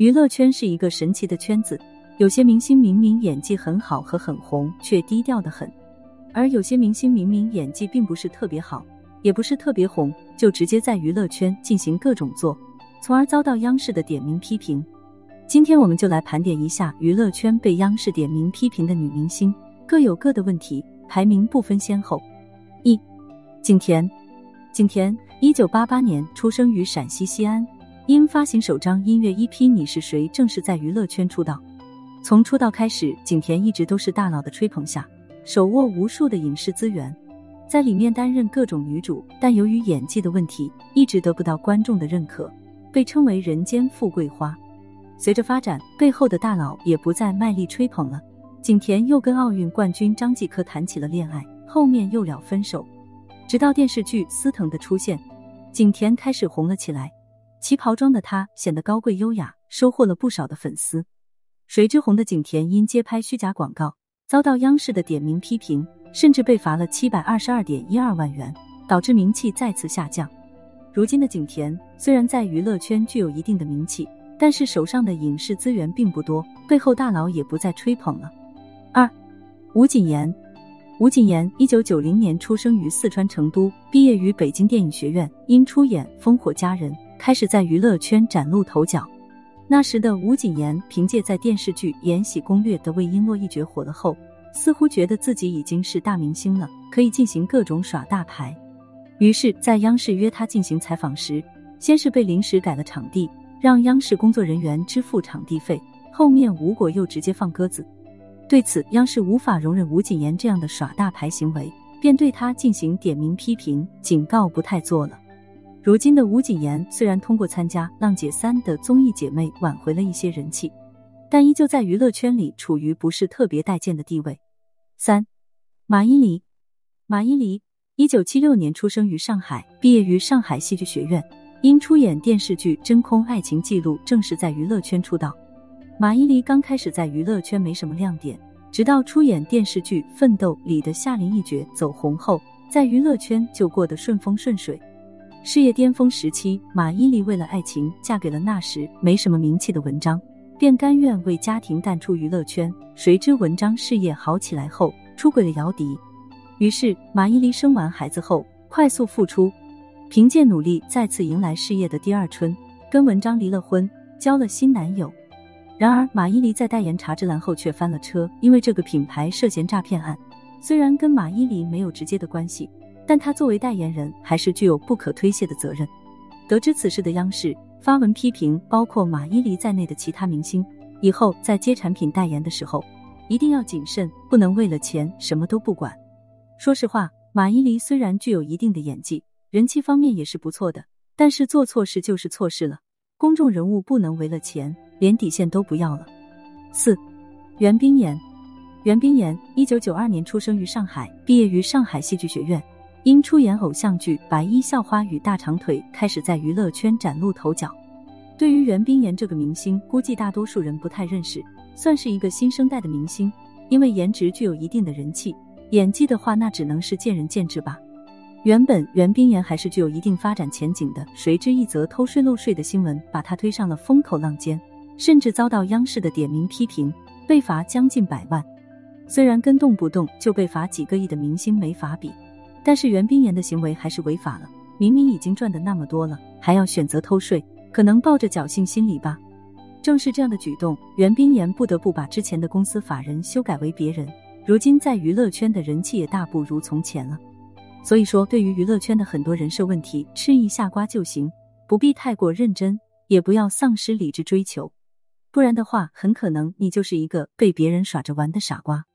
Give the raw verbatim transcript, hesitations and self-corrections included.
娱乐圈是一个神奇的圈子，有些明星明明演技很好和很红，却低调得很；而有些明星明明演技并不是特别好，也不是特别红，就直接在娱乐圈进行各种作，从而遭到央视的点名批评。今天我们就来盘点一下娱乐圈被央视点名批评的女明星，各有各的问题，排名不分先后。一、景甜。景甜一九八八年出生于陕西西安，因发行首张音乐 E P 你是谁正式在娱乐圈出道。从出道开始，景甜一直都是大佬的吹捧下，手握无数的影视资源，在里面担任各种女主，但由于演技的问题，一直得不到观众的认可，被称为人间富贵花。随着发展，背后的大佬也不再卖力吹捧了，景甜又跟奥运冠军张继科谈起了恋爱，后面又了分手。直到电视剧《司藤》的出现，景甜开始红了起来，旗袍装的她显得高贵优雅，收获了不少的粉丝。谁知红的景甜因接拍虚假广告，遭到央视的点名批评，甚至被罚了 七百二十二点一二万元，导致名气再次下降。如今的景甜虽然在娱乐圈具有一定的名气，但是手上的影视资源并不多，背后大佬也不再吹捧了。二、吴谨言。吴谨言一九九零年出生于四川成都，毕业于北京电影学院，因出演《烽火佳人》开始在娱乐圈崭露头角。那时的吴谨言凭借在电视剧《延禧攻略》的魏璎珞一角火了后，似乎觉得自己已经是大明星了，可以进行各种耍大牌。于是在央视约他进行采访时，先是被临时改了场地，让央视工作人员支付场地费，后面无果又直接放鸽子。对此，央视无法容忍吴谨言这样的耍大牌行为，便对他进行点名批评，警告不太做了。如今的吴谨言虽然通过参加《浪姐三》的综艺姐妹挽回了一些人气，但依旧在娱乐圈里处于不是特别待见的地位。三、马伊琍。马伊琍一九七六年出生于上海，毕业于上海戏剧学院，因出演电视剧《真空爱情记录》正式在娱乐圈出道。马伊琍刚开始在娱乐圈没什么亮点，直到出演电视剧《奋斗》里的夏琳一角走红后，在娱乐圈就过得顺风顺水。事业巅峰时期，马伊琍为了爱情嫁给了那时没什么名气的文章，便甘愿为家庭淡出娱乐圈。谁知文章事业好起来后，出轨了姚笛，于是马伊琍生完孩子后快速复出，凭借努力再次迎来事业的第二春，跟文章离了婚，交了新男友。然而马伊琍在代言茶之蓝后却翻了车，因为这个品牌涉嫌诈骗案，虽然跟马伊琍没有直接的关系，但她作为代言人还是具有不可推卸的责任。得知此事的央视发文批评包括马伊琍在内的其他明星，以后在接产品代言的时候一定要谨慎，不能为了钱什么都不管。说实话，马伊琍虽然具有一定的演技，人气方面也是不错的，但是做错事就是错事了，公众人物不能为了钱连底线都不要了。四、袁冰妍。袁冰妍一九九二年出生于上海，毕业于上海戏剧学院，因出演偶像剧《白衣校花与大长腿》开始在娱乐圈崭露头角。对于袁冰妍这个明星，估计大多数人不太认识，算是一个新生代的明星，因为颜值具有一定的人气，演技的话那只能是见仁见智吧。原本袁冰妍还是具有一定发展前景的，谁知一则偷税漏税的新闻把她推上了风口浪尖，甚至遭到央视的点名批评，被罚将近百万。虽然跟动不动就被罚几个亿的明星没法比，但是袁冰妍的行为还是违法了，明明已经赚得那么多了，还要选择偷税，可能抱着侥幸心理吧。正是这样的举动，袁冰妍不得不把之前的公司法人修改为别人，如今在娱乐圈的人气也大不如从前了。所以说，对于娱乐圈的很多人设问题，吃一下瓜就行，不必太过认真，也不要丧失理智追求，不然的话，很可能你就是一个被别人耍着玩的傻瓜。